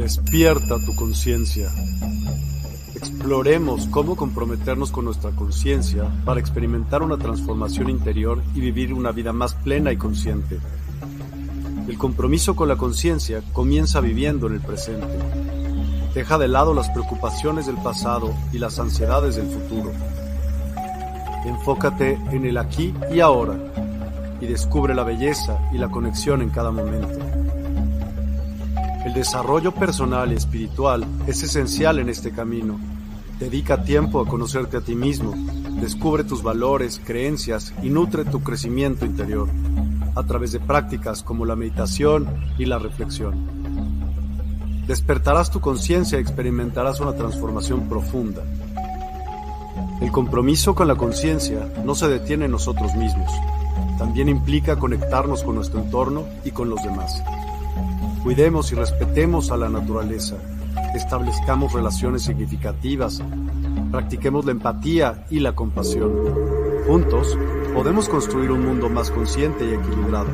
Despierta tu conciencia. Exploremos cómo comprometernos con nuestra conciencia para experimentar una transformación interior y vivir una vida más plena y consciente. El compromiso con la conciencia comienza viviendo en el presente. Deja de lado las preocupaciones del pasado y las ansiedades del futuro. Enfócate en el aquí y ahora y descubre la belleza y la conexión en cada momento. El desarrollo personal y espiritual es esencial en este camino. Dedica tiempo a conocerte a ti mismo, descubre tus valores, creencias y nutre tu crecimiento interior a través de prácticas como la meditación y la reflexión. Despertarás tu conciencia y experimentarás una transformación profunda. El compromiso con la conciencia no se detiene en nosotros mismos, también implica conectarnos con nuestro entorno y con los demás. Cuidemos y respetemos a la naturaleza, establezcamos relaciones significativas, practiquemos la empatía y la compasión. Juntos, podemos construir un mundo más consciente y equilibrado.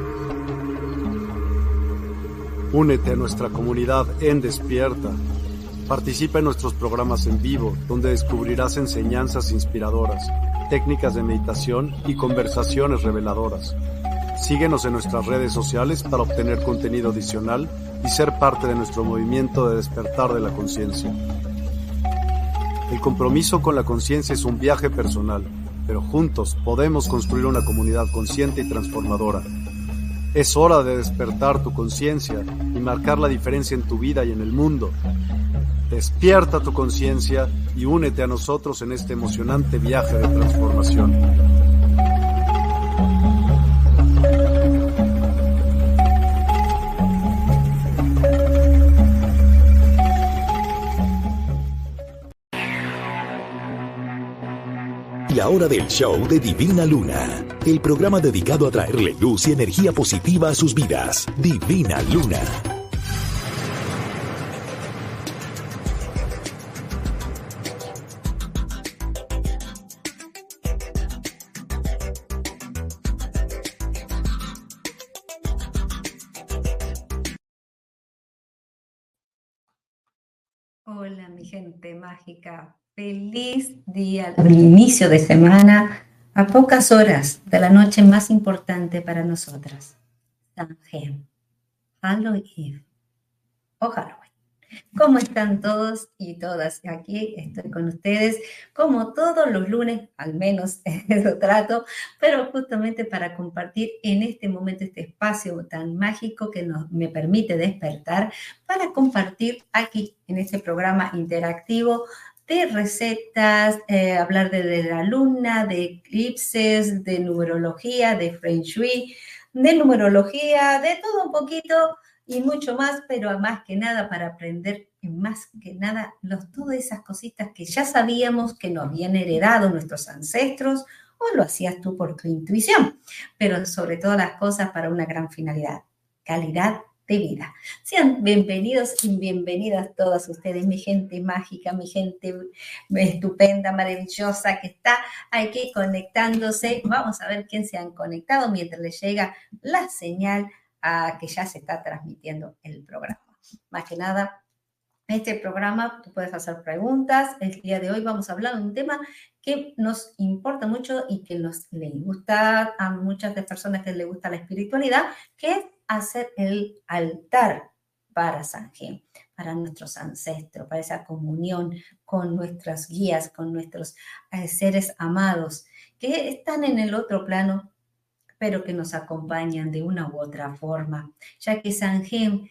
Únete a nuestra comunidad en Despierta. Participa en nuestros programas en vivo, donde descubrirás enseñanzas inspiradoras, técnicas de meditación y conversaciones reveladoras. Síguenos en nuestras redes sociales para obtener contenido adicional y ser parte de nuestro movimiento de despertar de la conciencia. El compromiso con la conciencia es un viaje personal, pero juntos podemos construir una comunidad consciente y transformadora. Es hora de despertar tu conciencia y marcar la diferencia en tu vida y en el mundo. Despierta tu conciencia y únete a nosotros en este emocionante viaje de transformación. La hora del show de Divina Luna, el programa dedicado a traerle luz y energía positiva a sus vidas. Divina Luna. Hola, mi gente mágica. Feliz día, el inicio de semana, a pocas horas de la noche más importante para nosotras, Samhain, Halloween o Halloween. ¿Cómo están todos y todas? Aquí estoy con ustedes, como todos los lunes, al menos eso trato, pero justamente para compartir en este momento este espacio tan mágico que me permite despertar, para compartir aquí en este programa interactivo de recetas, hablar de la luna, de eclipses, de numerología, de Feng Shui, de numerología, de todo un poquito y mucho más, pero más que nada para aprender, y más que nada, todas esas cositas que ya sabíamos que nos habían heredado nuestros ancestros, o lo hacías tú por tu intuición, pero sobre todas las cosas para una gran finalidad, calidad de vida. Sean bienvenidos y bienvenidas todas ustedes, mi gente mágica, mi gente estupenda, maravillosa, que está aquí conectándose. Vamos a ver quién se han conectado mientras les llega la señal a que ya se está transmitiendo el programa. Más que nada, este programa, tú puedes hacer preguntas. El día de hoy vamos a hablar de un tema que nos importa mucho y que le gusta a muchas de las personas que les gusta la espiritualidad, que es hacer el altar para Samhain, para nuestros ancestros, para esa comunión con nuestras guías, con nuestros seres amados que están en el otro plano, pero que nos acompañan de una u otra forma, ya que Samhain,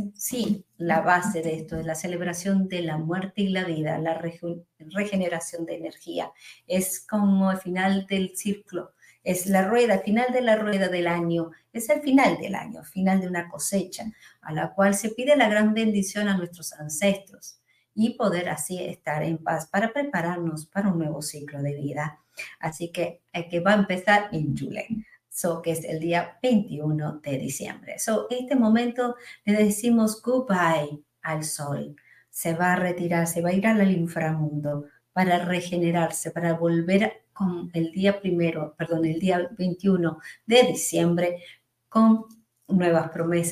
sí, la base de esto es la celebración de la muerte y la vida, la regeneración de energía, es como el final del ciclo, es la rueda, final de la rueda del año, es el final del año, final de una cosecha, a la cual se pide la gran bendición a nuestros ancestros y poder así estar en paz para prepararnos para un nuevo ciclo de vida. Así que va a empezar en julio. Que es el día 21 de diciembre. Este momento le decimos goodbye al sol. Se va a retirar, se va a ir al inframundo para regenerarse, para volver con el día 21 de diciembre con nuevas promesas,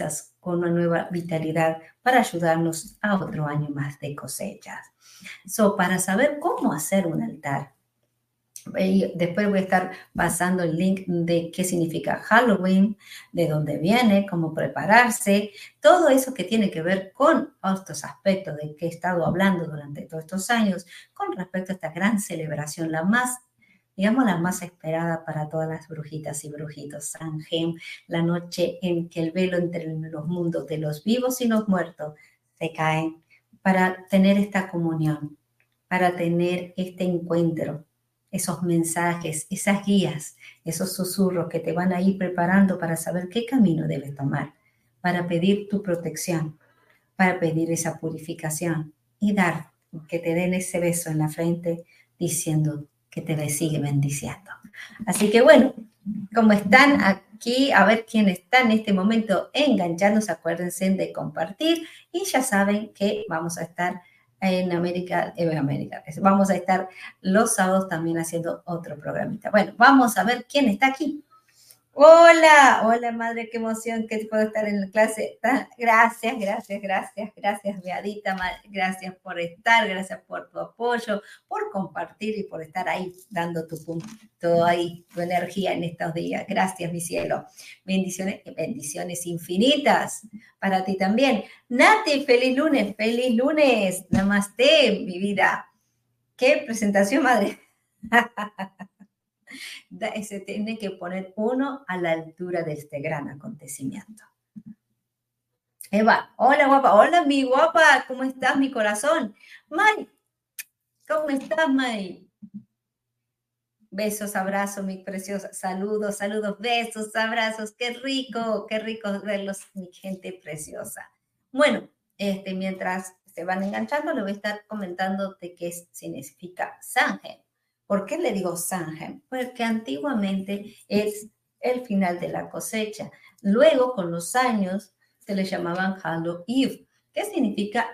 con una nueva vitalidad para ayudarnos a otro año más de cosechas. Para saber cómo hacer un altar, y después voy a estar pasando el link de qué significa Halloween, de dónde viene, cómo prepararse, todo eso que tiene que ver con estos aspectos de que he estado hablando durante todos estos años con respecto a esta gran celebración, la más, digamos, la más esperada para todas las brujitas y brujitos, Samhain, la noche en que el velo entre los mundos de los vivos y los muertos se cae para tener esta comunión, para tener este encuentro, esos mensajes, esas guías, esos susurros que te van a ir preparando para saber qué camino debes tomar, para pedir tu protección, para pedir esa purificación y dar, que te den ese beso en la frente diciendo que te sigue bendiciendo. Así que bueno, como están aquí, a ver quién está en este momento enganchándose, acuérdense de compartir y ya saben que vamos a estar en América, vamos a estar los sábados también haciendo otro programita. Bueno, vamos a ver quién está aquí. Hola, madre, qué emoción que puedo estar en la clase. Gracias, Beadita, gracias por estar, gracias por tu apoyo, por compartir y por estar ahí dando tu punto ahí, tu energía en estos días. Gracias, mi cielo. Bendiciones infinitas para ti también. Nati, feliz lunes. Namaste, mi vida. Qué presentación, madre. Se tiene que poner uno a la altura de este gran acontecimiento. Eva, hola guapa, hola mi guapa, ¿cómo estás mi corazón? May, ¿cómo estás May? Besos, abrazos, mi preciosa, saludos, besos, abrazos, qué rico verlos, mi gente preciosa. Bueno, mientras se van enganchando, le voy a estar comentando de qué significa Samhain. ¿Por qué le digo Samhain? Porque antiguamente es el final de la cosecha. Luego, con los años, se le llamaban Halloween, que significa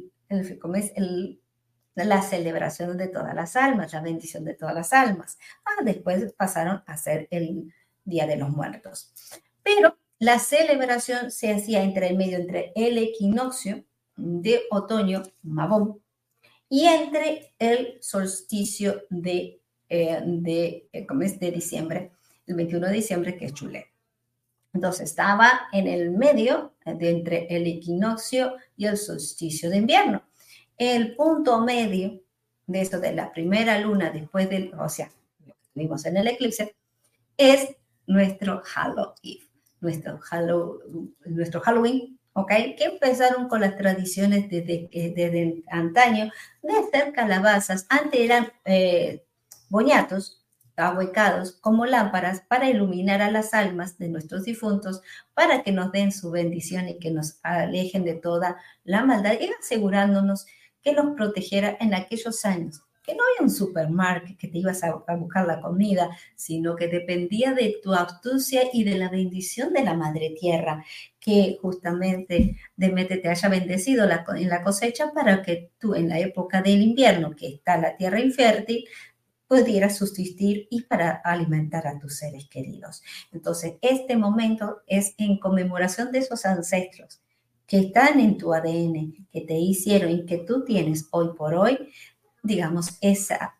la celebración de todas las almas, la bendición de todas las almas. Después pasaron a ser el Día de los Muertos. Pero la celebración se hacía entre el equinoccio de otoño, Mabón, y entre el solsticio de diciembre, el 21 de diciembre, que es Chulé. Entonces estaba en el medio de entre el equinoccio y el solsticio de invierno. El punto medio de eso, de la primera luna después del, o sea, lo que tuvimos en el eclipse, es nuestro Halloween, nuestro Halloween, ¿ok? Que empezaron con las tradiciones desde antaño de hacer calabazas. Antes eran boñatos ahuecados como lámparas para iluminar a las almas de nuestros difuntos, para que nos den su bendición y que nos alejen de toda la maldad y asegurándonos que nos protegiera en aquellos años, que no había un supermarket que te ibas a buscar la comida, sino que dependía de tu astucia y de la bendición de la Madre Tierra, que justamente Demeter te haya bendecido en la cosecha para que tú en la época del invierno, que está la tierra infértil, pudieras subsistir y para alimentar a tus seres queridos. Entonces, este momento es en conmemoración de esos ancestros que están en tu ADN, que te hicieron y que tú tienes hoy por hoy, digamos, esa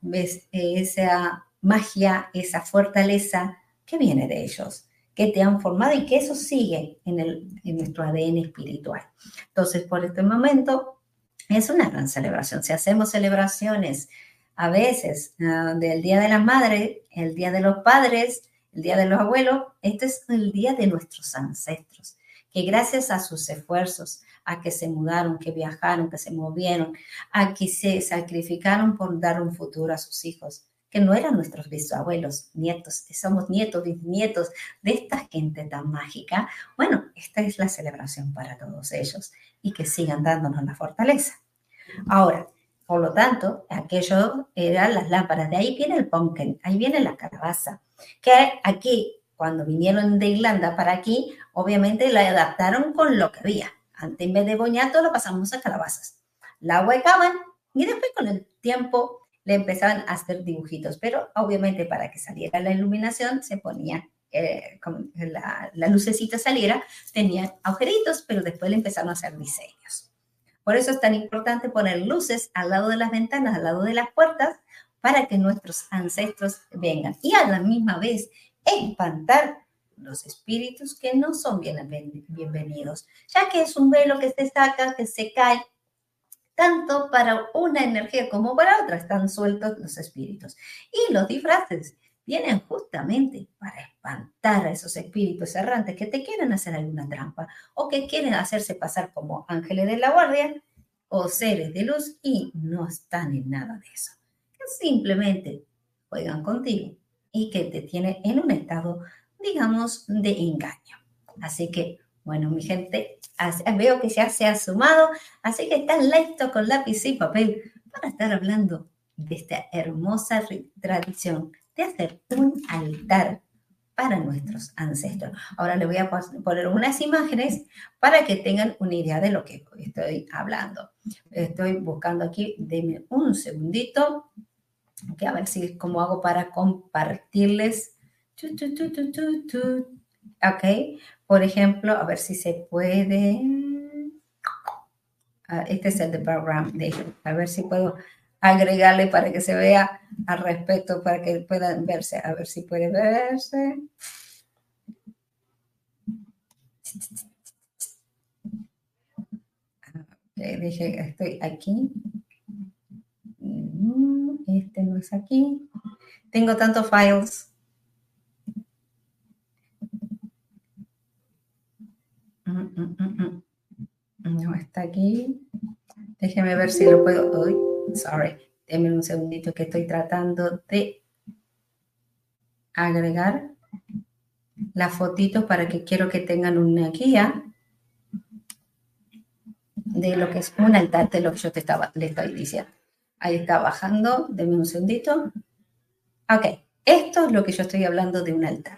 magia, esa fortaleza que viene de ellos, que te han formado y que eso sigue en nuestro ADN espiritual. Entonces, por este momento, es una gran celebración. Si hacemos celebraciones a veces del Día de la Madre, el Día de los Padres, el Día de los Abuelos, este es el día de nuestros ancestros, que gracias a sus esfuerzos, a que se mudaron, que viajaron, que se movieron, a que se sacrificaron por dar un futuro a sus hijos, que no eran nuestros bisabuelos, nietos, somos nietos, bisnietos de esta gente tan mágica. Bueno, esta es la celebración para todos ellos y que sigan dándonos la fortaleza. Ahora, por lo tanto, aquello eran las lámparas. De ahí viene el pumpkin, ahí viene la calabaza, que aquí, cuando vinieron de Irlanda para aquí, obviamente la adaptaron con lo que había. Antes, en vez de boñato, lo pasamos a calabazas. La huecaban y después con el tiempo le empezaban a hacer dibujitos. Pero obviamente para que saliera la iluminación se ponía la lucecita saliera, tenían agujeritos, pero después le empezaron a hacer diseños. Por eso es tan importante poner luces al lado de las ventanas, al lado de las puertas, para que nuestros ancestros vengan. Y a la misma vez espantar los espíritus que no son bienvenidos, ya que es un velo que se saca, que se cae, tanto para una energía como para otra. Están sueltos los espíritus. Y los disfraces vienen justamente para espantar a esos espíritus errantes que te quieren hacer alguna trampa o que quieren hacerse pasar como ángeles de la guardia o seres de luz y no están en nada de eso. Que simplemente juegan contigo y que te tienen en un estado, digamos, de engaño. Así que, bueno, mi gente, veo que ya se ha sumado, así que están listos con lápiz y papel para estar hablando de esta hermosa tradición de hacer un altar para nuestros ancestros. Ahora les voy a poner unas imágenes para que tengan una idea de lo que estoy hablando. Estoy buscando aquí, denme un segundito, que a ver si cómo hago para compartirles. Ok, por ejemplo, a ver si se puede. Este es el de background, a ver si puedo agregarle para que se vea al respecto, para que puedan verse. A ver si puede verse. Estoy aquí. Este no es aquí. Tengo tantos files. No está aquí. Déjeme ver si lo puedo. Uy, sorry. Denme un segundito que estoy tratando de agregar las fotitos para que quiero que tengan una guía de lo que es un altar, de lo que yo le estoy diciendo. Ahí está bajando. Denme un segundito. Ok. Esto es lo que yo estoy hablando de un altar.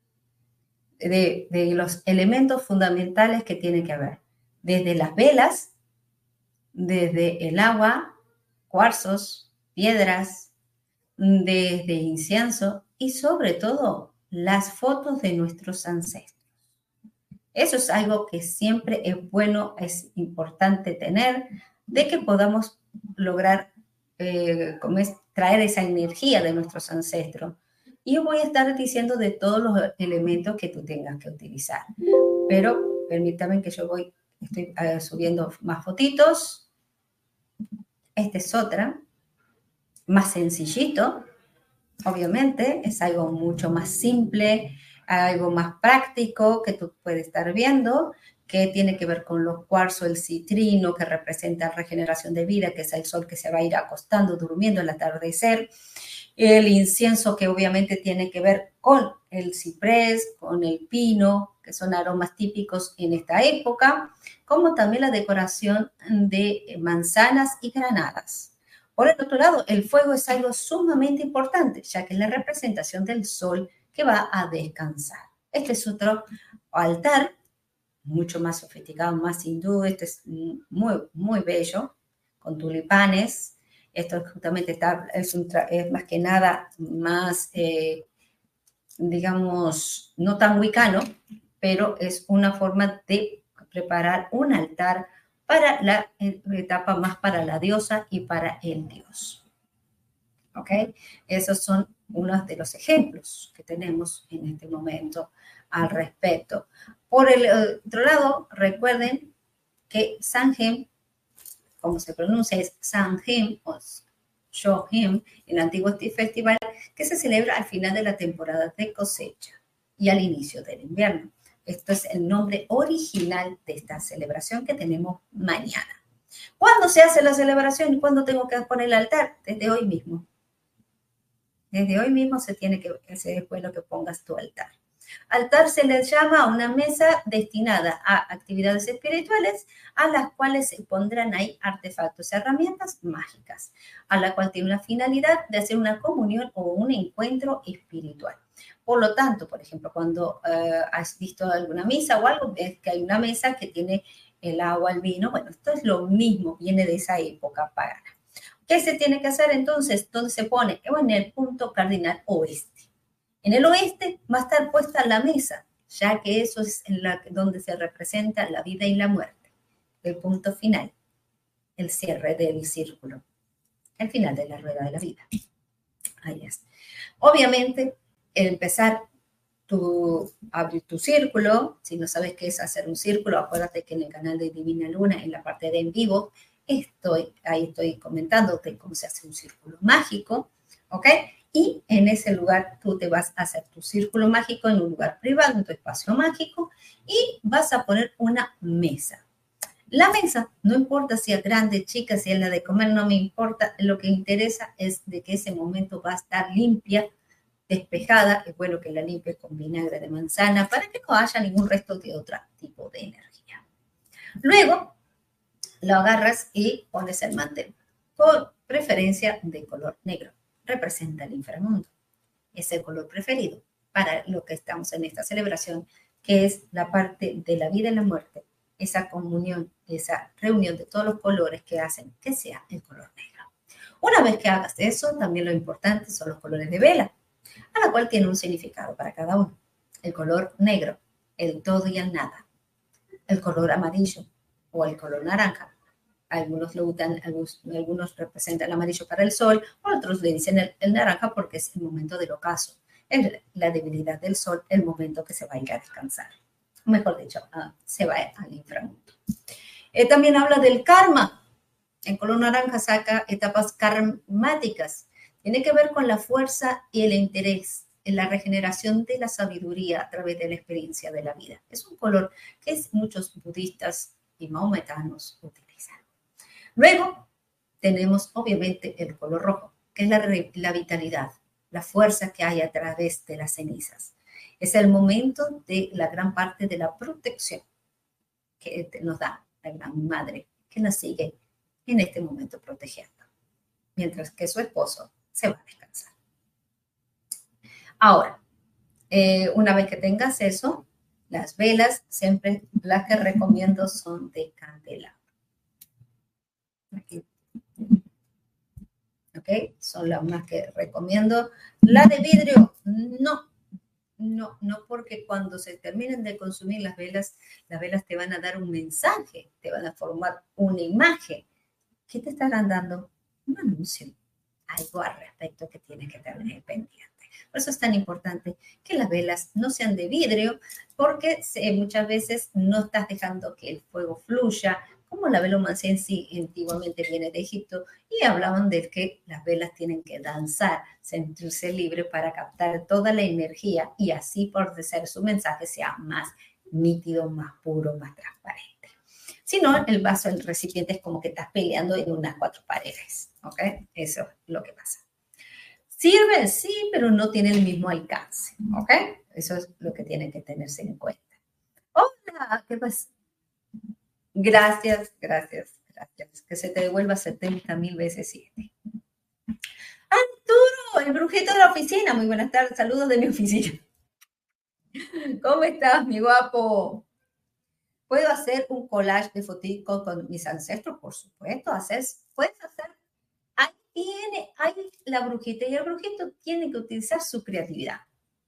De los elementos fundamentales que tiene que haber. Desde las velas, desde el agua, cuarzos, piedras, desde incienso y sobre todo las fotos de nuestros ancestros. Eso es algo que siempre es bueno, es importante tener, de que podamos lograr traer esa energía de nuestros ancestros. Y yo voy a estar diciendo de todos los elementos que tú tengas que utilizar. Pero permítame que estoy subiendo más fotitos. Este es otra, más sencillito, obviamente, es algo mucho más simple, algo más práctico que tú puedes estar viendo, que tiene que ver con los cuarzos, el citrino, que representa regeneración de vida, que es el sol que se va a ir acostando, durmiendo al atardecer, el incienso, que obviamente tiene que ver con el ciprés, con el pino, que son aromas típicos en esta época, como también la decoración de manzanas y granadas. Por el otro lado, el fuego es algo sumamente importante, ya que es la representación del sol que va a descansar. Este es otro altar, mucho más sofisticado, más hindú. Este es muy, muy bello, con tulipanes. Esto justamente es más que nada más, digamos, no tan wicano, pero es una forma de preparar un altar para la etapa más para la diosa y para el dios. ¿Ok? Esos son unos de los ejemplos que tenemos en este momento al respecto. Por el otro lado, recuerden que Samhain, como se pronuncia, es Samhain o Shohim, el antiguo festival que se celebra al final de la temporada de cosecha y al inicio del invierno. Esto es el nombre original de esta celebración que tenemos mañana. ¿Cuándo se hace la celebración y cuándo tengo que poner el altar? Desde hoy mismo. Desde hoy mismo es bueno que pongas tu altar. Altar se le llama a una mesa destinada a actividades espirituales, a las cuales se pondrán ahí artefactos, herramientas mágicas, a la cual tiene una finalidad de hacer una comunión o un encuentro espiritual. Por lo tanto, por ejemplo, cuando has visto alguna misa o algo, ves que hay una mesa que tiene el agua, el vino. Bueno, esto es lo mismo, viene de esa época pagana. ¿Qué se tiene que hacer entonces? ¿Dónde se pone? En el punto cardinal oeste. En el oeste va a estar puesta la mesa, ya que eso es donde se representa la vida y la muerte, el punto final, el cierre del círculo, el final de la rueda de la vida. Ahí es. Obviamente, empezar abrir tu círculo. Si no sabes qué es hacer un círculo, acuérdate que en el canal de Divina Luna, en la parte de en vivo, ahí estoy comentándote cómo se hace un círculo mágico, ¿ok? Y en ese lugar tú te vas a hacer tu círculo mágico en un lugar privado, en tu espacio mágico, y vas a poner una mesa. La mesa, no importa si es grande, chica, si es la de comer, no me importa. Lo que interesa es de que ese momento va a estar limpia, despejada. Es bueno que la limpies con vinagre de manzana para que no haya ningún resto de otro tipo de energía. Luego, lo agarras y pones el mantel, con preferencia de color negro. Representa el inframundo. Es el color preferido para lo que estamos en esta celebración, que es la parte de la vida y la muerte, esa comunión, esa reunión de todos los colores que hacen que sea el color negro. Una vez que hagas eso, también lo importante son los colores de vela, a la cual tiene un significado para cada uno. El color negro, el todo y el nada. El color amarillo o el color naranja. Algunos representan el amarillo para el sol, otros le dicen el naranja porque es el momento del ocaso, la debilidad del sol, el momento que se va a ir a descansar. Mejor dicho, se va al inframundo. También habla del karma. El color naranja saca etapas karmáticas. Tiene que ver con la fuerza y el interés en la regeneración de la sabiduría a través de la experiencia de la vida. Es un color que muchos budistas y maometanos utilizan. Luego tenemos obviamente el color rojo, que es la vitalidad, la fuerza que hay a través de las cenizas. Es el momento de la gran parte de la protección que nos da la gran madre, que nos sigue en este momento protegiendo, mientras que su esposo se va a descansar. Ahora, una vez que tengas eso, las velas, siempre las que recomiendo son de candelabro. Aquí. ¿Ok? Son las más que recomiendo. La de vidrio, no, porque cuando se terminen de consumir las velas te van a dar un mensaje, te van a formar una imagen. ¿Qué te estarán dando? Un anuncio, algo al respecto que tienes que tener pendiente. Por eso es tan importante que las velas no sean de vidrio, porque muchas veces no estás dejando que el fuego fluya, como la velomancia en sí antiguamente viene de Egipto, y hablaban de que las velas tienen que danzar, sentirse libre para captar toda la energía y así por ser su mensaje sea más nítido, más puro, más transparente. Si no, el vaso, el recipiente es como que estás peleando en unas 4 paredes, ¿ok? Eso es lo que pasa. Sirve, sí, pero no tiene el mismo alcance, ¿ok? Eso es lo que tiene que tenerse en cuenta. Hola, ¿qué pasa? Gracias. Que se te devuelva 70,000 veces 7. Arturo, el brujito de la oficina. Muy buenas tardes, saludos de mi oficina. ¿Cómo estás, mi guapo? ¿Puedo hacer un collage de fotitos con mis ancestros? Por supuesto, puedes hacer. Ahí la brujita y el brujito tienen que utilizar su creatividad.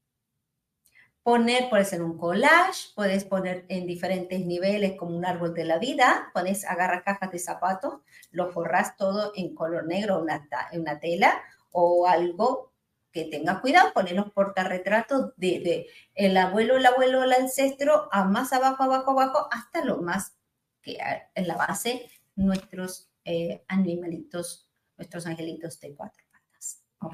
Puede ser un collage, puedes poner en diferentes niveles como un árbol de la vida, agarras cajas de zapatos, lo forras todo en color negro, en una tela o algo que tenga cuidado, poner los portarretratos de el abuelo, el ancestro, a más abajo, hasta lo más que en la base, nuestros animalitos, nuestros angelitos de 4 patas, ¿ok?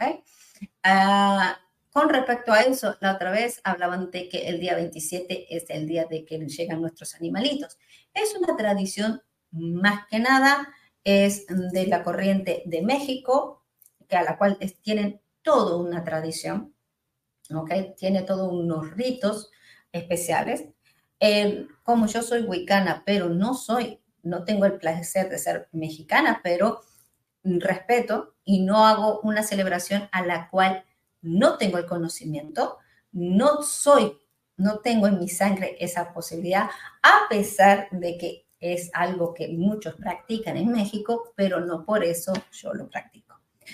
Con respecto a eso, la otra vez hablaban de que el día 27 es el día de que llegan nuestros animalitos. Es una tradición, más que nada, es de la corriente de México, a la cual tienen toda una tradición, ¿ok? Tiene todos unos ritos especiales. Como yo soy wicana, pero no tengo el placer de ser mexicana, pero respeto y no hago una celebración a la cual no tengo el conocimiento, no tengo en mi sangre esa posibilidad, a pesar de que es algo que muchos practican en México, pero no por eso yo lo practico.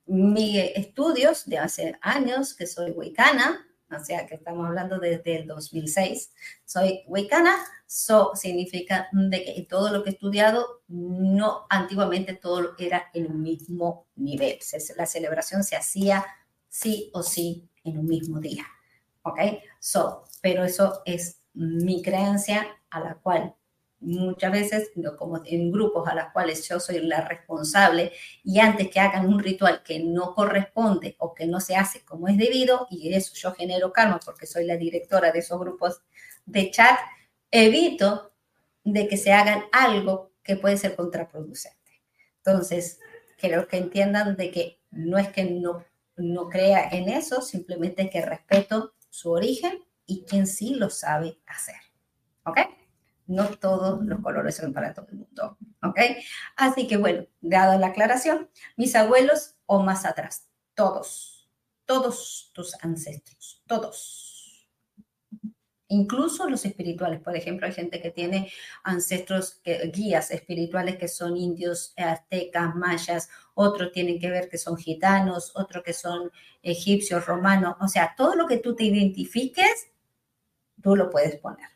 mis estudios de hace años, que soy wicana, o sea que estamos hablando desde el 2006, soy wicana, significa de que todo lo que he estudiado, no, antiguamente todo era en un mismo nivel, la celebración se hacía sí o sí en un mismo día, ¿ok? Pero eso es mi creencia a la cual muchas veces, como en grupos a los cuales yo soy la responsable, y antes que hagan un ritual que no corresponde o que no se hace como es debido, y eso yo genero karma porque soy la directora de esos grupos de chat, evito de que se hagan algo que puede ser contraproducente. Entonces, quiero que entiendan de que no es que no crea en eso, simplemente que respeto su origen y quien sí lo sabe hacer. ¿Ok? No todos los colores son para todo el mundo, ¿ok? Así que bueno, dada la aclaración, mis abuelos o más atrás, todos tus ancestros, todos. Incluso los espirituales, por ejemplo, hay gente que tiene ancestros, guías espirituales que son indios, aztecas, mayas, otros tienen que ver que son gitanos, otros que son egipcios, romanos, o sea, todo lo que tú te identifiques, tú lo puedes poner.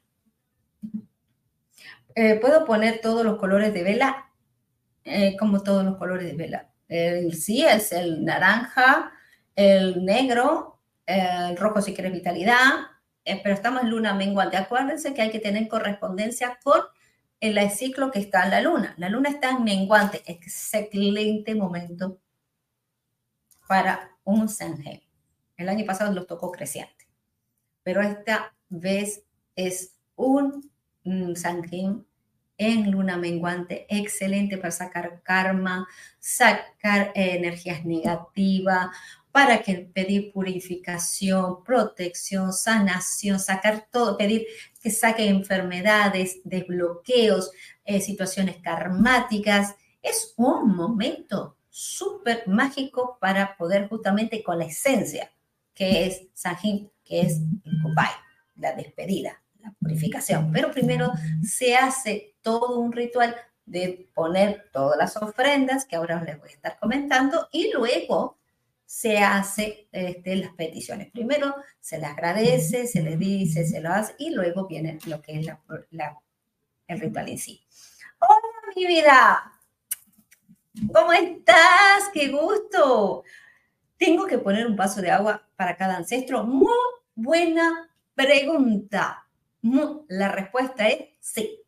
¿Puedo poner todos los colores de vela? Como todos los colores de vela. Sí, es el naranja, el negro, el rojo si quieres vitalidad, pero estamos en luna menguante. Acuérdense que hay que tener correspondencia con el ciclo que está en la luna. La luna está en menguante, excelente momento para un Samhain. El año pasado los tocó creciente, pero esta vez es un Samhain en luna menguante, excelente para sacar karma, sacar energías negativas, para que pedir purificación, protección, sanación, sacar todo, pedir que saque enfermedades, desbloqueos, situaciones karmáticas. Es un momento súper mágico para poder justamente con la esencia que es Samhain, que es el Kupai, la despedida, la purificación. Pero primero se hace todo un ritual de poner todas las ofrendas, que ahora les voy a estar comentando, y luego se hace las peticiones. Primero se le agradece, se le dice, se lo hace, y luego viene lo que es el ritual en sí. ¡Hola, mi vida! ¿Cómo estás? ¡Qué gusto! ¿Tengo que poner un vaso de agua para cada ancestro? Muy buena pregunta. La respuesta es sí.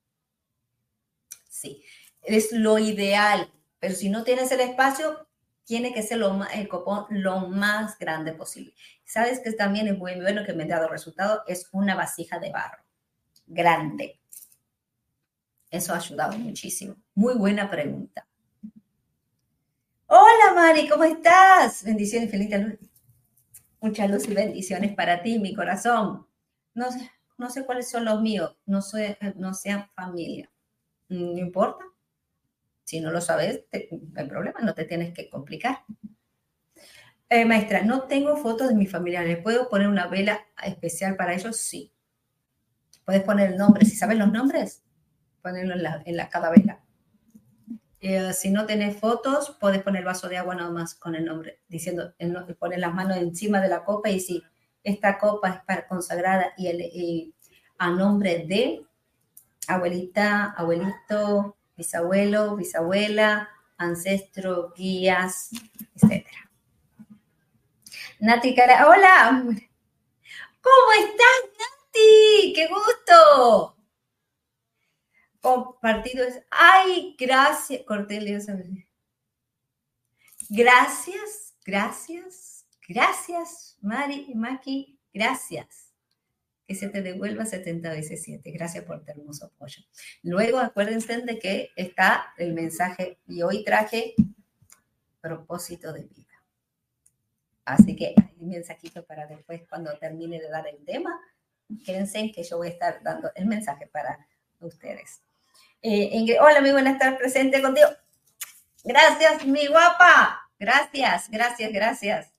Sí, es lo ideal, pero si no tienes el espacio, tiene que ser el copón lo más grande posible. ¿Sabes que también es muy bueno que me ha dado resultado? Es una vasija de barro, grande. Eso ha ayudado muchísimo. Muy buena pregunta. Hola, Mari, ¿cómo estás? Bendiciones, feliz luz. Mucha luz y bendiciones para ti, mi corazón. No sé cuáles son los míos, no sean familia. No importa. Si no lo sabes, no hay problema, no te tienes que complicar. Maestra, no tengo fotos de mis familiares. ¿Puedo poner una vela especial para ellos? Sí. Puedes poner el nombre. Si sabes los nombres, ponerlo en cada vela. Si no tenés fotos, puedes poner el vaso de agua nada más con el nombre, diciendo, poner las manos encima de la copa y si esta copa es consagrada y a nombre de abuelita, abuelito, bisabuelo, bisabuela, ancestro, guías, etc. Nati Cara, hola, ¿cómo estás, Nati? ¡Qué gusto! Compartido es, ay, gracias, Cortelio. Gracias, Mari y Maki, gracias. Que se te devuelva 70 veces 7. Gracias por tu hermoso apoyo. Luego acuérdense de que está el mensaje y hoy traje propósito de vida. Así que hay un mensajito para después cuando termine de dar el tema. Quédense en que yo voy a estar dando el mensaje para ustedes. Ingrid, hola, muy buena estar presente contigo. Gracias, mi guapa. Gracias. Gracias,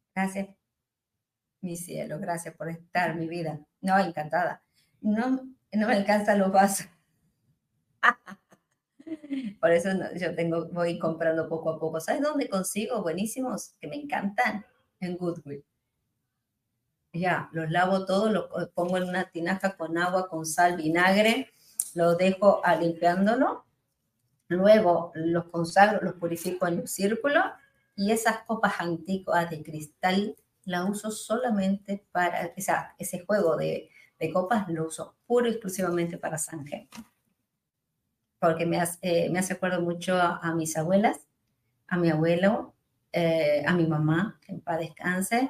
mi cielo. Gracias por estar, mi vida. No, encantada. No me alcanzan los vasos. Por eso voy comprando poco a poco. ¿Sabes dónde consigo buenísimos que me encantan? En Goodwill. Ya, los lavo todos, los pongo en una tinaja con agua, con sal, vinagre, los dejo limpiándolo, luego los consagro, los purifico en un círculo y esas copas antiguas de cristal las uso solamente para, ese juego de copas lo uso puro y exclusivamente para Sanje. Porque me hace acuerdo mucho a mis abuelas, a mi abuelo, a mi mamá, que en paz descanse,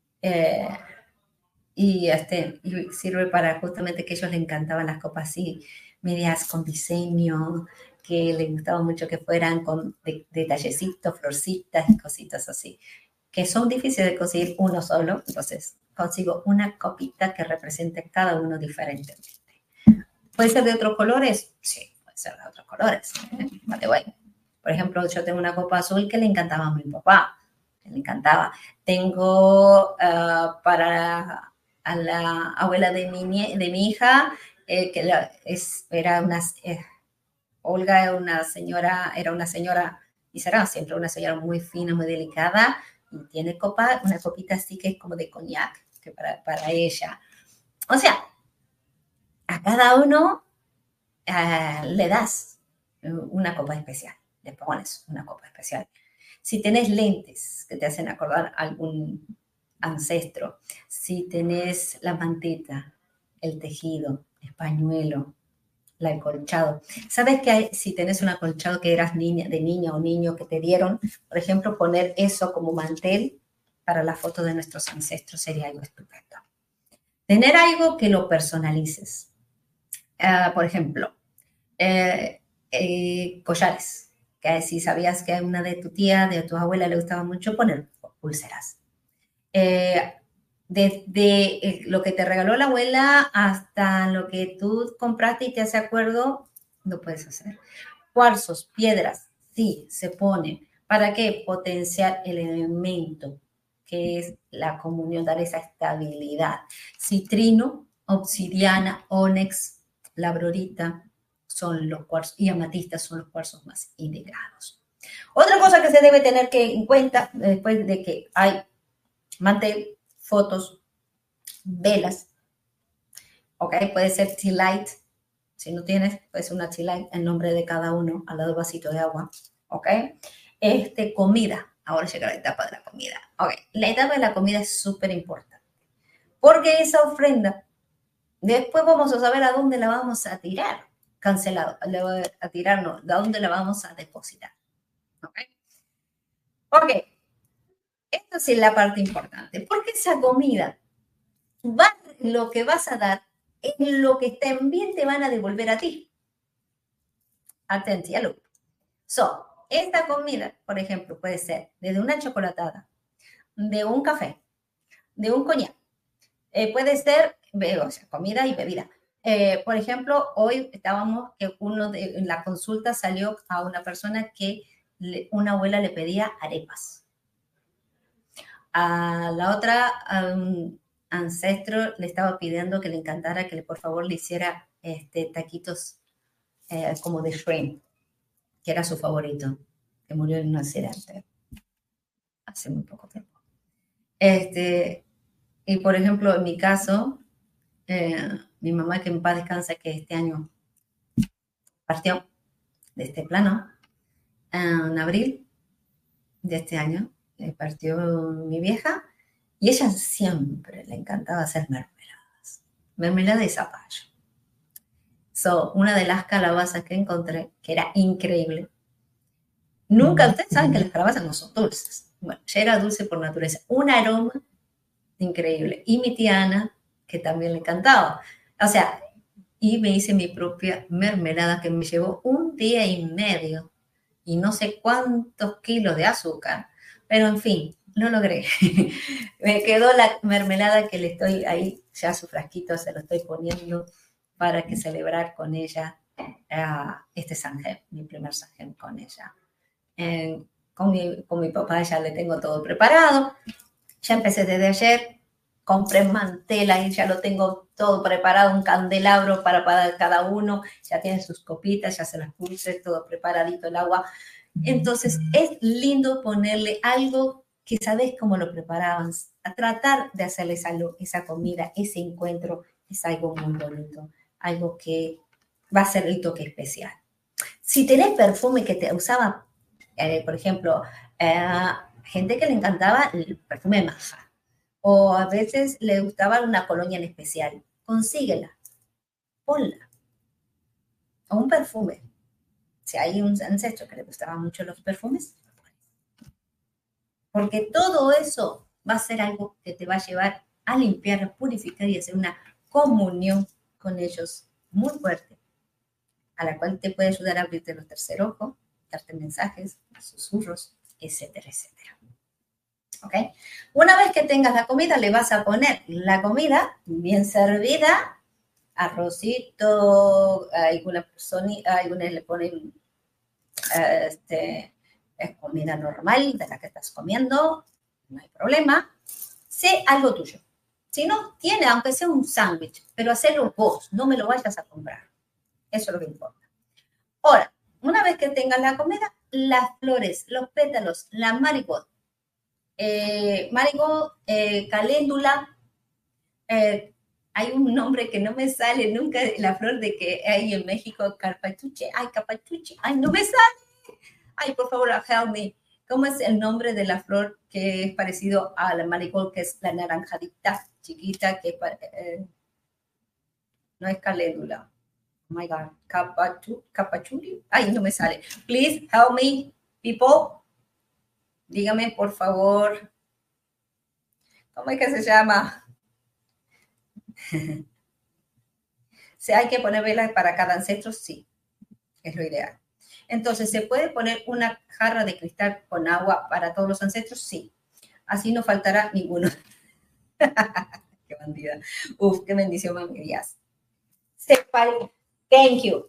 y sirve para justamente que a ellos les encantaban las copas así, medias con diseño, que les gustaba mucho que fueran con detallecitos, florcitas y cositas así, que son difíciles de conseguir uno solo, entonces consigo una copita que represente cada uno diferentemente. ¿Puede ser de otros colores? Sí, puede ser de otros colores. Vale, bueno. Por ejemplo, yo tengo una copa azul que le encantaba a mi papá, que le encantaba. Tengo para a la abuela de mi hija, que era una... Olga era una señora, y será siempre una señora muy fina, muy delicada, y tiene una copita así que es como de coñac, que para ella. O sea, a cada uno le das una copa especial, le pones una copa especial. Si tenés lentes que te hacen acordar a algún ancestro, si tenés la mantita, el tejido, el pañuelo, el acolchado. ¿Sabes que si tenés un acolchado que eras de niña o niño que te dieron, por ejemplo, poner eso como mantel para la foto de nuestros ancestros sería algo estupendo? Tener algo que lo personalices. Por ejemplo, collares, que si sabías que a una de tu tía, de tu abuela le gustaba mucho poner pulseras. Desde lo que te regaló la abuela hasta lo que tú compraste y te hace acuerdo, lo puedes hacer. Cuarzos, piedras, sí, se ponen. ¿Para qué? Potenciar el elemento que es la comunión, dar esa estabilidad. Citrino, obsidiana, ónix, labrorita son los cuarzos y amatista son los cuarzos más indicados. Otra cosa que se debe tener en cuenta después de que hay mantel, fotos, velas, ¿ok? Puede ser tea light, si no tienes, puede ser una tea light en nombre de cada uno, al lado del vasito de agua, ¿ok? Comida, ahora llega la etapa de la comida, ¿ok? La etapa de la comida es súper importante, porque esa ofrenda, después vamos a saber a dónde la vamos a tirar, cancelado, a tirar no, a dónde la vamos a depositar, ¿ok? Ok. Esto sí es la parte importante, porque esa comida, lo que vas a dar es lo que también te van a devolver a ti. Atención. Esta comida, por ejemplo, puede ser desde una chocolatada, de un café, de un coñac. Puede ser comida y bebida. Por ejemplo, hoy estábamos que en la consulta salió a una persona que una abuela le pedía arepas. A la otra ancestro le estaba pidiendo que le encantara que por favor le hiciera taquitos como de shrimp, que era su favorito, que murió en un accidente hace muy poco tiempo. Y por ejemplo, en mi caso, mi mamá, que en paz descansa, que este año partió de este plano, en abril de este año, partió mi vieja, y ella siempre le encantaba hacer mermeladas. Mermelada de zapallo. Una de las calabazas que encontré, que era increíble. Nunca, ustedes saben que las calabazas no son dulces. Bueno, ya era dulce por naturaleza. Un aroma increíble. Y mi tía Ana, que también le encantaba. O sea, y me hice mi propia mermelada que me llevó 1 día y medio. Y no sé cuántos kilos de azúcar. Pero en fin, lo logré. Me quedó la mermelada que le estoy ahí, ya su frasquito se lo estoy poniendo para que celebrar con ella este Sanjem, mi primer Sanjem con ella. Con mi papá ya le tengo todo preparado. Ya empecé desde ayer compré mantela y ya lo tengo todo preparado, un candelabro para cada uno, ya tienen sus copitas, ya se las puse, todo preparadito el agua. Entonces es lindo ponerle algo que sabes cómo lo preparaban, a tratar de hacerles esa comida, ese encuentro, es algo muy bonito, algo que va a ser el toque especial. Si tenés perfume que te usaba, por ejemplo, gente que le encantaba el perfume de manjar, o a veces le gustaba una colonia en especial, consíguela, ponla, o un perfume. Si hay un ancestro que le gustaban mucho los perfumes, porque todo eso va a ser algo que te va a llevar a limpiar, a purificar y hacer una comunión con ellos muy fuerte, a la cual te puede ayudar a abrirte los tercer ojo, darte mensajes, susurros, etcétera, etcétera. ¿Ok? Una vez que tengas la comida, le vas a poner la comida bien servida, arrocito, algunas le ponen es comida normal de la que estás comiendo, no hay problema. Sé algo tuyo. Si no, tiene, aunque sea un sándwich, pero hacelo vos, no me lo vayas a comprar. Eso es lo que importa. Ahora, una vez que tengas la comida, las flores, los pétalos, la marigold, caléndula, hay un nombre que no me sale nunca, la flor de que hay en México, capachuche, no me sale. Ay, por favor, help me. ¿Cómo es el nombre de la flor que es parecido a la marigold, que es la naranjadita, chiquita, que no es caléndula? Oh my God, capachuli. Ay, no me sale. Please help me, people. Dígame, por favor, ¿cómo es que se llama? Si hay que poner velas para cada ancestro, sí, es lo ideal. Entonces, ¿se puede poner una jarra de cristal con agua para todos los ancestros? Sí. Así no faltará ninguno. Qué bandida. Uf, qué bendición, mamirías. Thank you.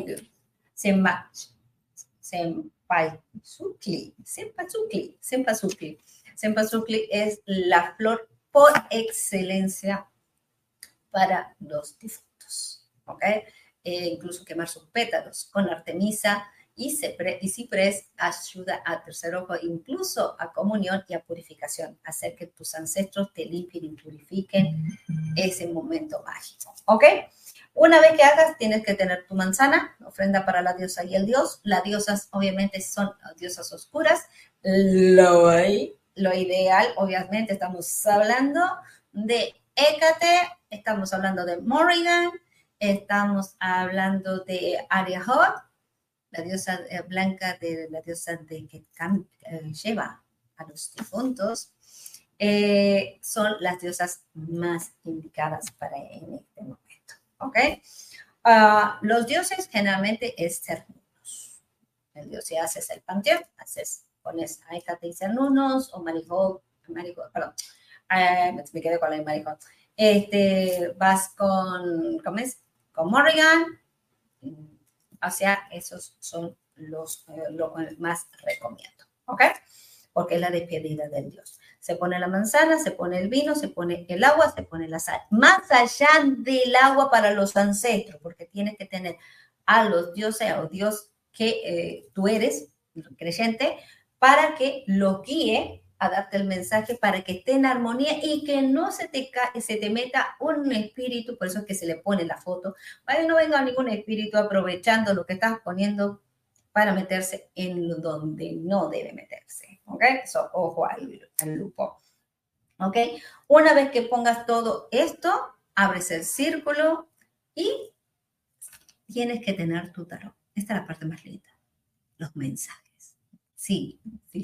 Cempasúchil es la flor por excelencia para los difuntos, ¿ok? Incluso quemar sus pétalos con artemisa y ciprés ayuda a tercer ojo, incluso a comunión y a purificación, hacer que tus ancestros te limpien y purifiquen ese momento mágico, ¿ok? Una vez que hagas, tienes que tener tu manzana, ofrenda para la diosa y el dios. Las diosas, obviamente, son diosas oscuras. Lo ideal, obviamente, estamos hablando de Hécate, estamos hablando de Morrigan, estamos hablando de Ariahoth, la diosa blanca de la diosa de que lleva a los difuntos. Son las diosas más indicadas para en este momento. ¿Ok? Los dioses generalmente es Cernunos. El dios que haces el panteón, pones a Hécate y Cernunos o Marigold, perdón, me quedé con la de Marigold. Vas con, ¿cómo es? Con Morrigan. O sea, esos son los más recomiendo, ¿ok? Porque es la despedida del dios. Se pone la manzana, se pone el vino, se pone el agua, se pone la sal. Más allá del agua para los ancestros, porque tienes que tener a los dioses o Dios que tú eres, creyente, para que lo guíe a darte el mensaje, para que esté en armonía y que no se te meta un espíritu, por eso es que se le pone la foto, para que no venga ningún espíritu aprovechando lo que estás poniendo para meterse en donde no debe meterse, ¿ok? So, ojo al lupo, ¿ok? Una vez que pongas todo esto, abres el círculo y tienes que tener tu tarot. Esta es la parte más linda, los mensajes. Sí.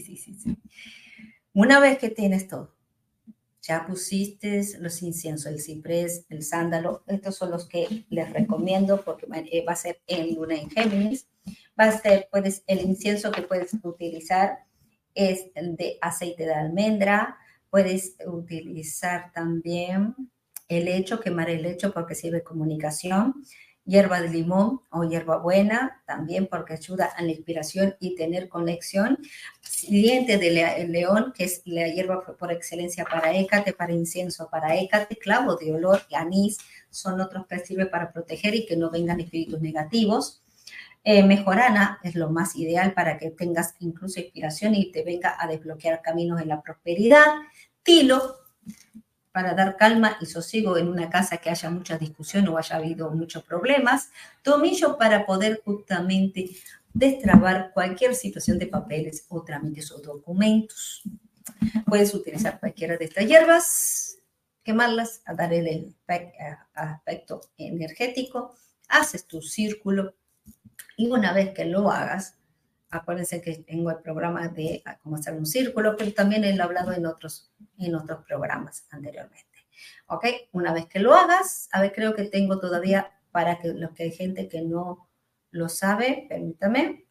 Una vez que tienes todo, ya pusiste los inciensos, el ciprés, el sándalo, estos son los que les recomiendo porque va a ser en luna en Géminis. Va a ser, el incienso que puedes utilizar es el de aceite de almendra. Puedes utilizar también el hecho, quemar el hecho porque sirve de comunicación. hierba de limón o hierbabuena, también porque ayuda a la inspiración y tener conexión. Diente de león, que es la hierba por excelencia para Hécate, para incienso para Hécate, clavo de olor y anís son otros que sirven para proteger y que no vengan espíritus negativos. Mejorana es lo más ideal para que tengas incluso inspiración y te venga a desbloquear caminos en la prosperidad. Tilo, para dar calma y sosiego en una casa que haya mucha discusión o haya habido muchos problemas. Tomillo, para poder justamente destrabar cualquier situación de papeles o trámites o documentos. Puedes utilizar cualquiera de estas hierbas, quemarlas, a dar el aspecto energético, haces tu círculo y una vez que lo hagas, acuérdense que tengo el programa de cómo hacer un círculo, pero también he hablado en otros programas anteriormente. ¿Ok? Una vez que lo hagas, a ver, creo que tengo todavía para que los que hay gente que no lo sabe, permítame.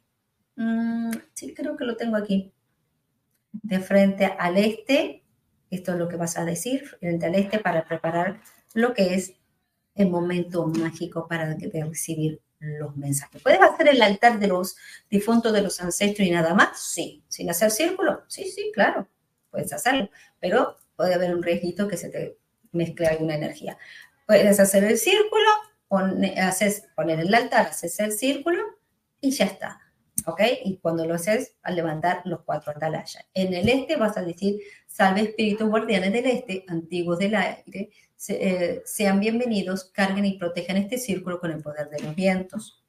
Sí, creo que lo tengo aquí. De frente al este, esto es lo que vas a decir, frente al este, para preparar lo que es el momento mágico para de recibir los mensajes. ¿Puedes hacer el altar de los difuntos de los ancestros y nada más? Sí. ¿Sin hacer círculo? Sí, claro. Puedes hacerlo, pero puede haber un riesguito que se te mezcle alguna energía. Puedes hacer el círculo, poner el altar, haces el círculo y ya está. ¿Ok? Y cuando lo haces, al levantar los 4 atalayas. En el este vas a decir: salve espíritus guardianes del este, antiguos del aire, sean bienvenidos, carguen y protejan este círculo con el poder de los vientos.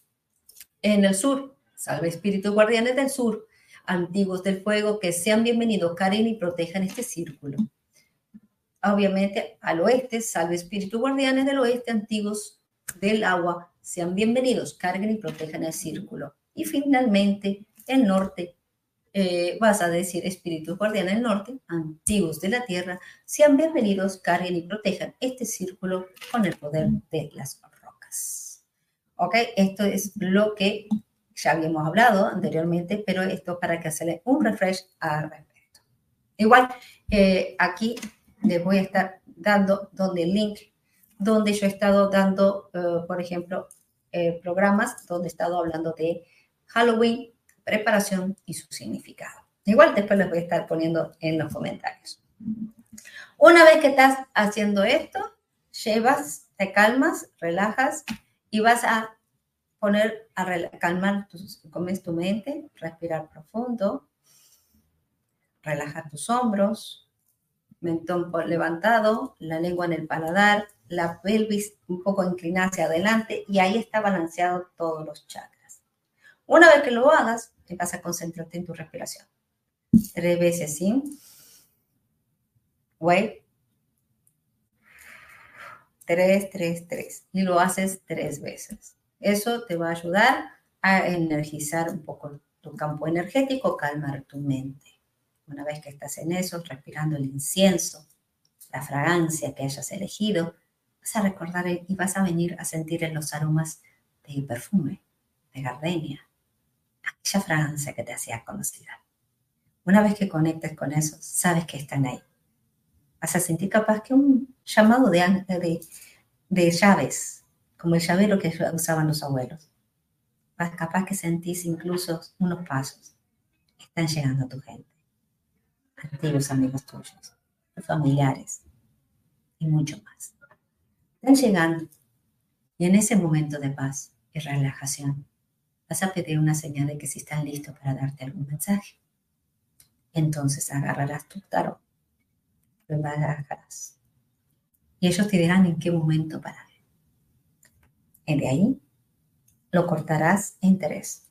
En el sur, salve espíritus guardianes del sur, antiguos del fuego, que sean bienvenidos, carguen y protejan este círculo. Obviamente, al oeste, salve espíritus guardianes del oeste, antiguos del agua, sean bienvenidos, carguen y protejan el círculo. Y finalmente, el norte, vas a decir: espíritus guardianes del norte, antiguos de la tierra, sean bienvenidos, carguen y protejan este círculo con el poder de las rocas. ¿Ok? Esto es lo que ya habíamos hablado anteriormente, pero esto para que hacerle un refresh al respecto. Igual, aquí les voy a estar dando el link donde yo he estado dando, por ejemplo, programas donde he estado hablando de Halloween, preparación y su significado. Igual después les voy a estar poniendo en los comentarios. Una vez que estás haciendo esto, te calmas, relajas y vas a calmar tu mente, respirar profundo, relajar tus hombros, mentón levantado, la lengua en el paladar, la pelvis un poco inclinada hacia adelante y ahí está balanceado todos los chakras. Una vez que lo hagas, te vas a concentrarte en tu respiración. 3 veces, ¿sí? Wait. 3, 3, 3. Y lo haces 3 veces. Eso te va a ayudar a energizar un poco tu campo energético, calmar tu mente. Una vez que estás en eso, respirando el incienso, la fragancia que hayas elegido, vas a recordar y vas a venir a sentir en los aromas de perfume, de gardenia, aquella fragancia que te hacía conocida. Una vez que conectes con eso, sabes que están ahí. Vas a sentir capaz que un llamado de llaves, como el llavero que usaban los abuelos. Capaz que sentís incluso unos pasos. Están llegando a tu gente, antiguos amigos tuyos, tus familiares y mucho más. Están llegando y en ese momento de paz y relajación vas a pedir una señal de que si están listos para darte algún mensaje. Entonces agarrarás tu tarot, lo barajarás y ellos te dirán en qué momento parar. Y de ahí lo cortarás en 3.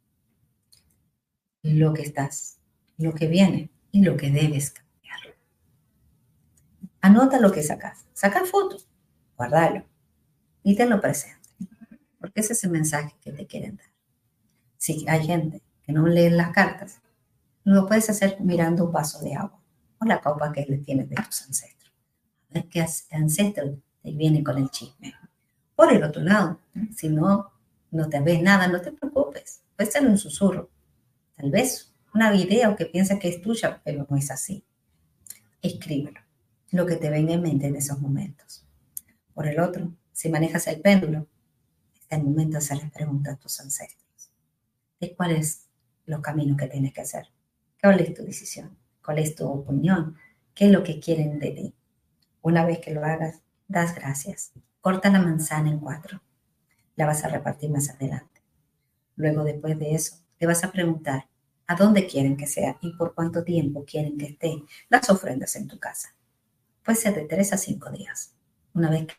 Lo que estás, lo que viene y lo que debes cambiar. Anota lo que sacas. Saca fotos, guardalo y tenlo presente, porque ese es el mensaje que te quieren dar. Si hay gente que no lee las cartas, lo puedes hacer mirando un vaso de agua o la copa que le tienes de tus ancestros. A ver qué ancestro te viene con el chisme. Por el otro lado, si no te ves nada, no te preocupes. Puede ser un susurro. Tal vez una idea que piensas que es tuya, pero no es así. Escríbelo, lo que te venga en mente en esos momentos. Por el otro, si manejas el péndulo, el momento de hacerles preguntas a tus ancestros. De cuáles los caminos que tienes que hacer. ¿Cuál es tu decisión? ¿Cuál es tu opinión? ¿Qué es lo que quieren de ti? Una vez que lo hagas, das gracias. Corta la manzana en 4. La vas a repartir más adelante. Luego, después de eso, te vas a preguntar a dónde quieren que sea y por cuánto tiempo quieren que estén las ofrendas en tu casa. Puede ser de 3 a 5 días. Una vez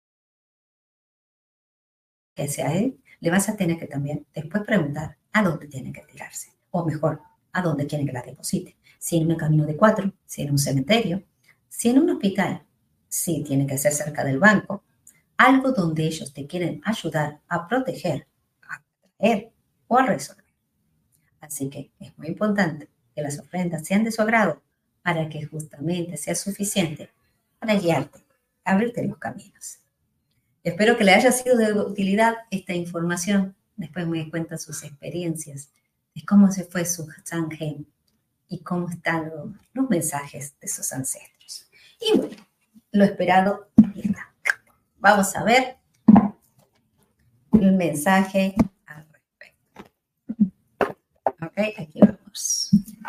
que sea él, le vas a tener que también después preguntar a dónde tienen que tirarse. O mejor, a dónde quieren que la deposite. Si en un camino de 4, si en un cementerio, si en un hospital, si tiene que ser cerca del banco. Algo donde ellos te quieren ayudar a proteger, a traer o a resolver. Así que es muy importante que las ofrendas sean de su agrado para que justamente sea suficiente para guiarte, abrirte los caminos. Espero que le haya sido de utilidad esta información. Después me cuentan sus experiencias de cómo se fue su Samhain y cómo están los mensajes de sus ancestros. Y bueno, lo esperado está. Vamos a ver el mensaje al respecto. Ok, aquí vamos.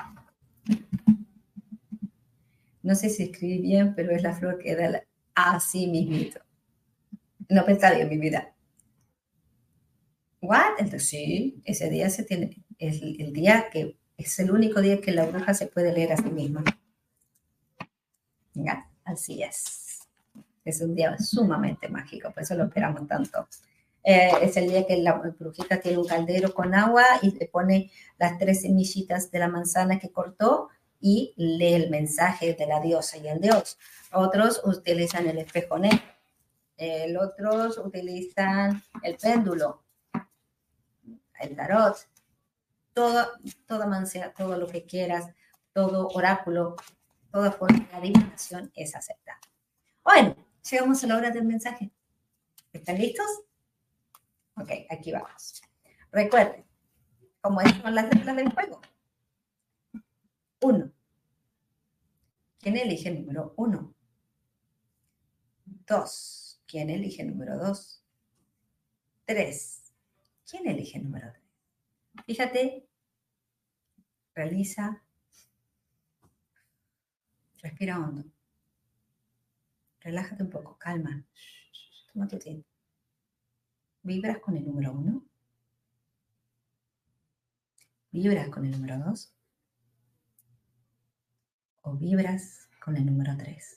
No sé si escribí bien, pero es la flor que da así mismito. No pensaba en mi vida. ¿What? Entonces, sí, ese día se tiene, es el día que es el único día que la bruja se puede leer a sí misma. ¿Ya? Así es. Es un día sumamente mágico, por eso lo esperamos tanto. Es el día que la brujita tiene un caldero con agua y le pone las 3 semillitas de la manzana que cortó y lee el mensaje de la diosa y el dios. Otros utilizan el espejo negro. Otros utilizan el péndulo, el tarot, toda mancia, todo lo que quieras, todo oráculo, toda forma de adivinación es aceptada. Bueno, llegamos a la hora del mensaje. ¿Están listos? Ok, aquí vamos. Recuerden, como son las reglas del juego. 1. ¿Quién elige el número 1? 2. ¿Quién elige el número 2? 3. ¿Quién elige el número 3? Fíjate, realiza, respira hondo, relájate un poco, calma, toma tu tiempo. ¿Vibras con el número 1? ¿Vibras con el número 2? ¿O vibras con el número 3?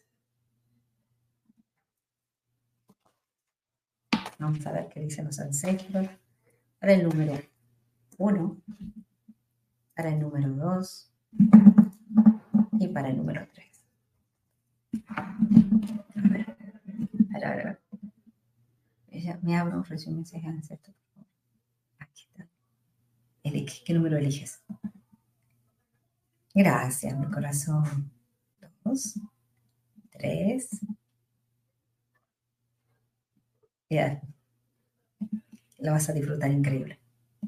Vamos a ver qué dicen los ancestros para el número 1, para el número 2 y para el número 3. A ver. Me abro un resumen de ancestros. Aquí está. Elige. ¿Qué número eliges? Gracias, mi corazón. 2, 3. Ya. Lo vas a disfrutar increíble.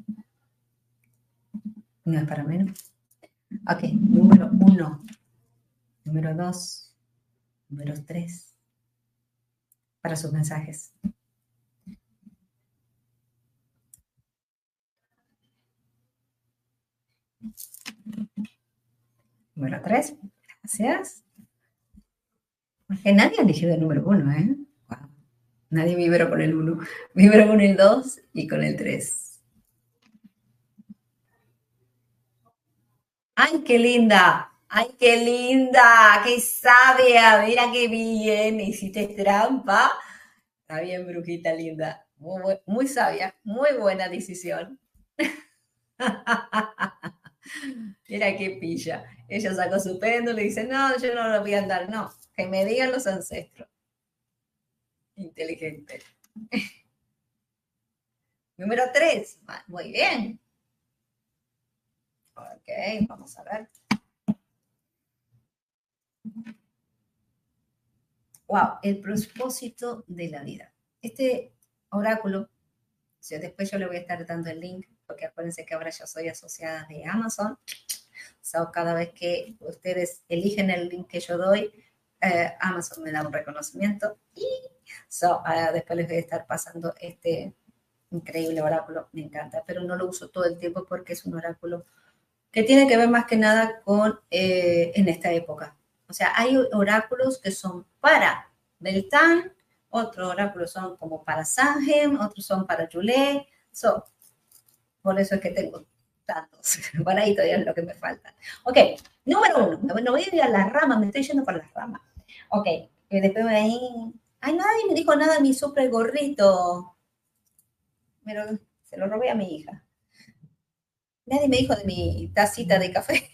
No es para menos. Ok, número 1, número 2, número 3. Para sus mensajes. Número 3, gracias. Porque nadie ha elegido el número 1, ¿eh? Wow. Nadie vibró con el 1. Vibró con el 2 y con el 3. ¡Ay, qué linda! ¡Ay, qué linda! ¡Qué sabia! Mira qué bien. Hiciste trampa. Está bien, brujita linda. Muy sabia. Muy buena decisión. Mira qué pilla. Ella sacó su péndulo y dice, no, yo no lo voy a andar. No, que me digan los ancestros. Inteligente. Número 3. Muy bien. Ok, vamos a ver. Wow, el propósito de la vida. Este oráculo, después yo le voy a estar dando el link, porque acuérdense que ahora yo soy asociada de Amazon. So, cada vez que ustedes eligen el link que yo doy, Amazon me da un reconocimiento y después les voy a estar pasando este increíble oráculo, me encanta, pero no lo uso todo el tiempo porque es un oráculo que tiene que ver más que nada con en esta época. O sea, hay oráculos que son para Beltane, otros oráculos son como para Samhain, otros son para Yule. Por eso es que tengo tantos. Por ahí todavía es lo que me falta. Ok, número 1. Me voy a ir a la rama, me estoy yendo por las ramas. Ok, y después me ahí. Ay, nadie me dijo nada de mi súper gorrito. Se lo robé a mi hija. Nadie me dijo de mi tacita de café.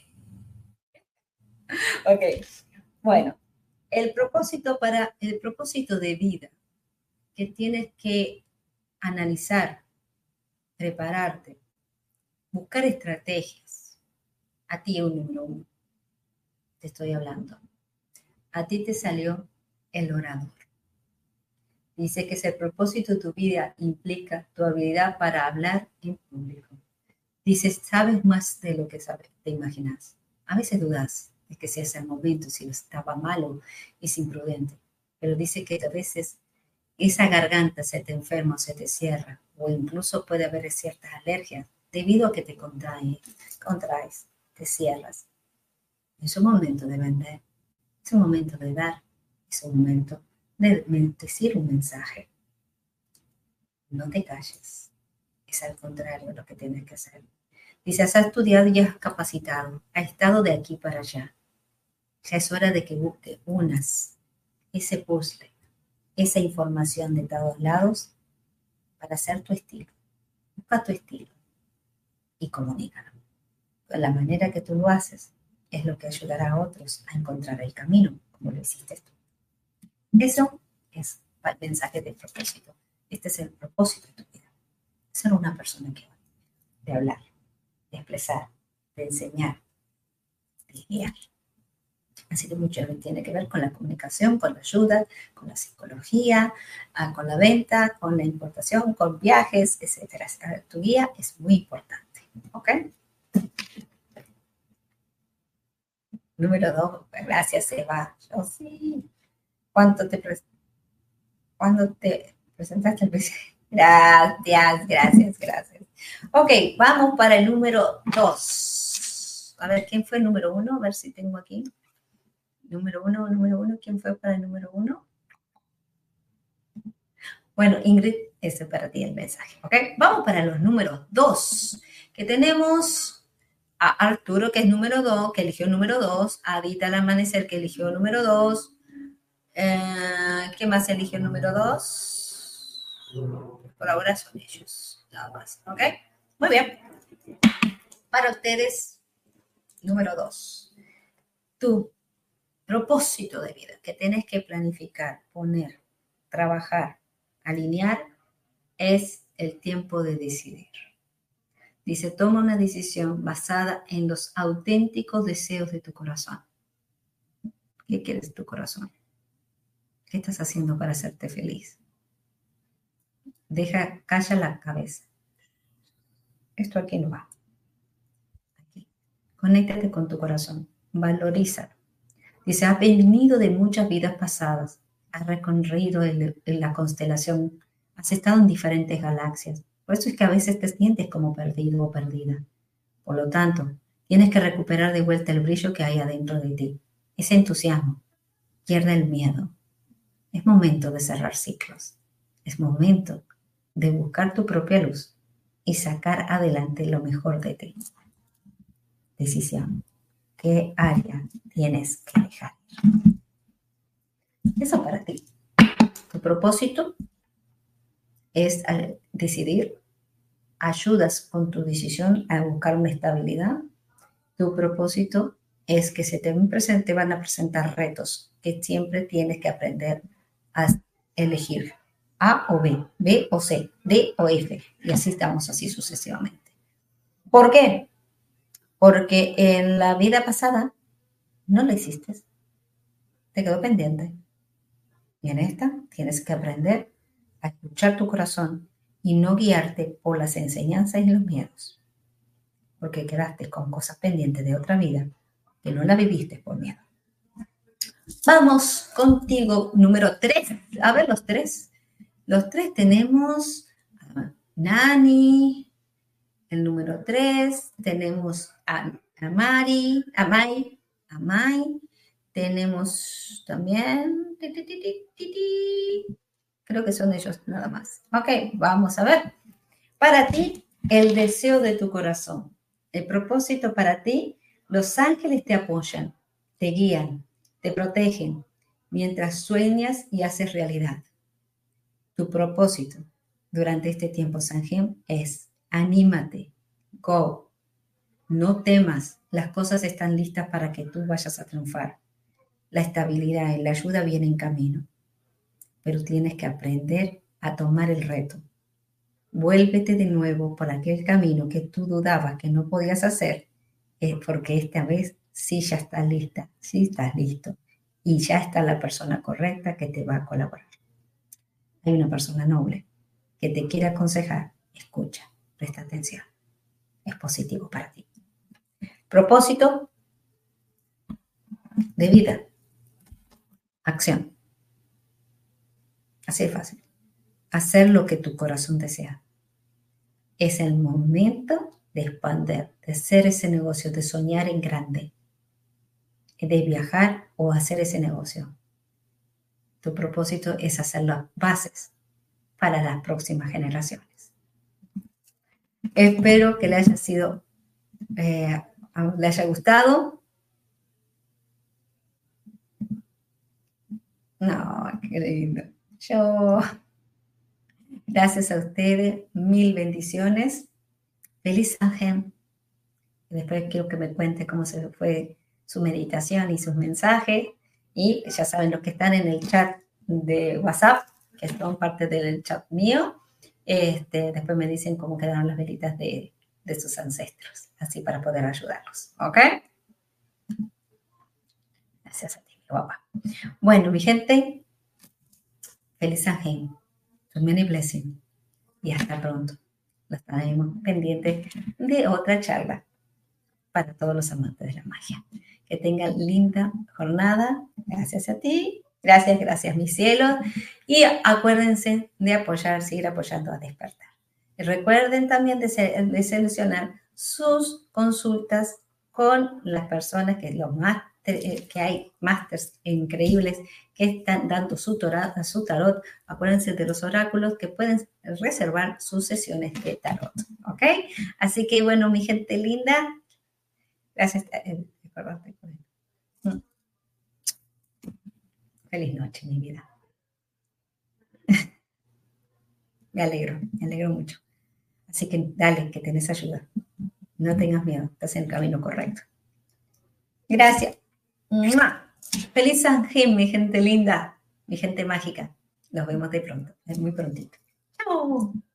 Ok, bueno, el propósito de vida que tienes que analizar, prepararte, buscar estrategias. A ti un número 1, te estoy hablando. A ti te salió el orador. Dice que si el propósito de tu vida implica tu habilidad para hablar en público. Dice, sabes más de lo que te imaginas. A veces dudas de que si es el momento, si estaba malo, es imprudente. Pero dice que a veces esa garganta se te enferma o se te cierra, o incluso puede haber ciertas alergias debido a que te contraes, te cierras. Es un momento de vender, es un momento de dar, es un momento de decir un mensaje. No te calles, es al contrario lo que tienes que hacer. Dice, has estudiado y has capacitado, has estado de aquí para allá. Ya es hora de que unas ese puzzle, esa información de todos lados para hacer tu estilo. Busca tu estilo y comunícalo. De la manera que tú lo haces es lo que ayudará a otros a encontrar el camino, como lo hiciste tú. Eso es el mensaje del propósito. Este es el propósito de tu vida. Ser una persona que va, de hablar, de expresar, de enseñar, de guiar. Así que mucho tiene que ver con la comunicación, con la ayuda, con la psicología, con la venta, con la importación, con viajes, etc. Tu guía es muy importante. ¿Ok? Número 2. Gracias, Eva. Yo sí. ¿Cuándo te presentaste? Gracias. Ok, vamos para el número 2. A ver, ¿quién fue el número 1? A ver si tengo aquí. Número uno. ¿Quién fue para el número 1? Bueno, Ingrid, ese es para ti el mensaje, ¿ok? Vamos para los números 2, que tenemos a Arturo, que es número 2, que eligió número 2, a Vita al Amanecer, que eligió número 2. ¿Qué más eligió número 2? Por ahora son ellos, nada más, ¿ok? Muy bien. Para ustedes, número 2, tu propósito de vida que tienes que planificar, poner, trabajar, alinear, es el tiempo de decidir. Dice, toma una decisión basada en los auténticos deseos de tu corazón. ¿Qué quieres tu corazón? ¿Qué estás haciendo para hacerte feliz? Calla la cabeza. Esto aquí no va. Aquí. Conéctate con tu corazón. Valorízalo. Dice, has venido de muchas vidas pasadas. Has recorrido la constelación. Has estado en diferentes galaxias. Por eso es que a veces te sientes como perdido o perdida. Por lo tanto, tienes que recuperar de vuelta el brillo que hay adentro de ti. Ese entusiasmo. Pierde el miedo. Es momento de cerrar ciclos. Es momento de buscar tu propia luz y sacar adelante lo mejor de ti. Decisión. ¿Qué área tienes que dejar? Eso para ti. Tu propósito es decidir. Ayudas con tu decisión a buscar una estabilidad. Tu propósito es que te van a presentar retos que siempre tienes que aprender a elegir. A o B, B o C, D o F. Y así estamos así sucesivamente. ¿Por qué? Porque en la vida pasada no lo hiciste. Te quedó pendiente. Y en esta tienes que aprender a escuchar tu corazón y no guiarte por las enseñanzas y los miedos. Porque quedaste con cosas pendientes de otra vida que no la viviste por miedo. Vamos contigo, número 3. A ver, los 3. Los 3 tenemos Nani. El número 3, tenemos a Mai. Tenemos también, creo que son ellos nada más. Ok, vamos a ver. Para ti, el deseo de tu corazón. El propósito para ti, los ángeles te apoyan, te guían, te protegen, mientras sueñas y haces realidad. Tu propósito durante este tiempo, Sanjem, es anímate, go, no temas, las cosas están listas para que tú vayas a triunfar. La estabilidad y la ayuda vienen en camino, pero tienes que aprender a tomar el reto. Vuélvete de nuevo por aquel camino que tú dudabas que no podías hacer, porque esta vez sí ya estás lista, sí estás listo y ya está la persona correcta que te va a colaborar. Hay una persona noble que te quiere aconsejar, escucha, presta atención, es positivo para ti. Propósito de vida, acción. Así de fácil. Hacer lo que tu corazón desea. Es el momento de expandir, de hacer ese negocio, de soñar en grande, de viajar o hacer ese negocio. Tu propósito es hacer las bases para las próximas generaciones. Espero que le haya sido, le haya gustado. No, qué lindo. Gracias a ustedes, mil bendiciones. Feliz Ángel. Después quiero que me cuente cómo se fue su meditación y sus mensajes. Y ya saben los que están en el chat de WhatsApp, que son parte del chat mío. Después me dicen cómo quedaron las velitas de sus ancestros, así para poder ayudarlos. ¿Ok? Gracias a ti, mi guapa. Bueno, mi gente, feliz Ángel. Many blessings. Y hasta pronto. Estaremos pendientes de otra charla para todos los amantes de la magia. Que tengan linda jornada. Gracias a ti. Gracias, mis cielos. Y acuérdense de apoyar, seguir apoyando a Despertar. Y recuerden también de seleccionar sus consultas con las personas que hay másters increíbles que están dando su tarot. Acuérdense de los oráculos que pueden reservar sus sesiones de tarot. ¿Ok? Así que, bueno, mi gente linda, gracias. Feliz noche, mi vida. Me alegro mucho. Así que dale, que tenés ayuda. No tengas miedo, estás en el camino correcto. Gracias. ¡Mua! Feliz Ángel, mi gente linda, mi gente mágica. Nos vemos de pronto, muy prontito. ¡Chao!